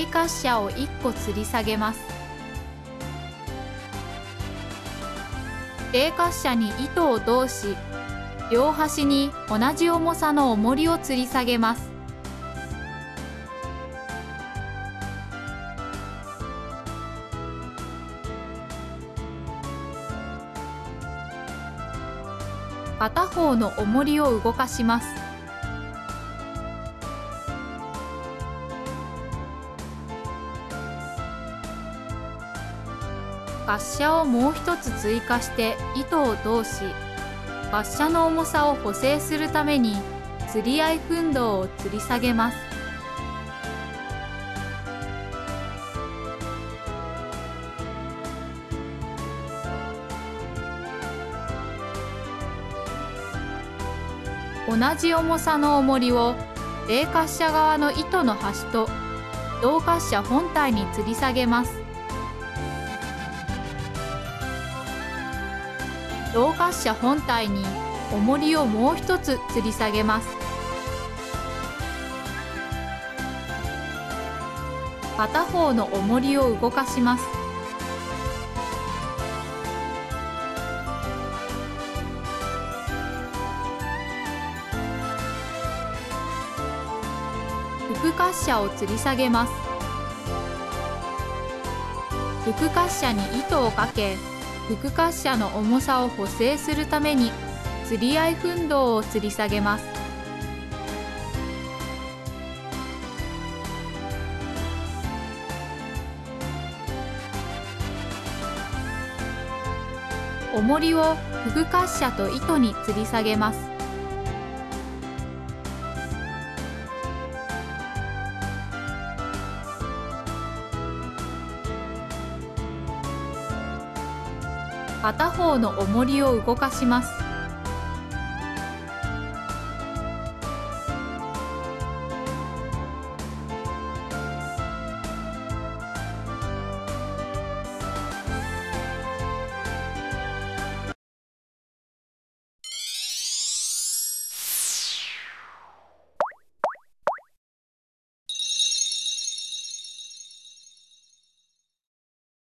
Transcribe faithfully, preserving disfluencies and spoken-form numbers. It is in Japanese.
滑車をいっこ吊り下げます。滑車に糸を通し、両端に同じ重さの重りを吊り下げます。片方の重りを動かします。滑車をもう一つ追加して糸を通し、滑車の重さを補正するために吊り合い奮胴を吊り下げます。同じ重さの重りを滑滑車側の糸の端と動滑車本体に吊り下げます。動滑車本体に重りをもう一つ吊り下げます。片方の重りを動かします。副滑車を吊り下げます。副滑車に糸をかけ、副滑車の重さを補正するために吊り合い奮胴を吊り下げます。重りを副滑車と糸に吊り下げます。片方の重りを動かします。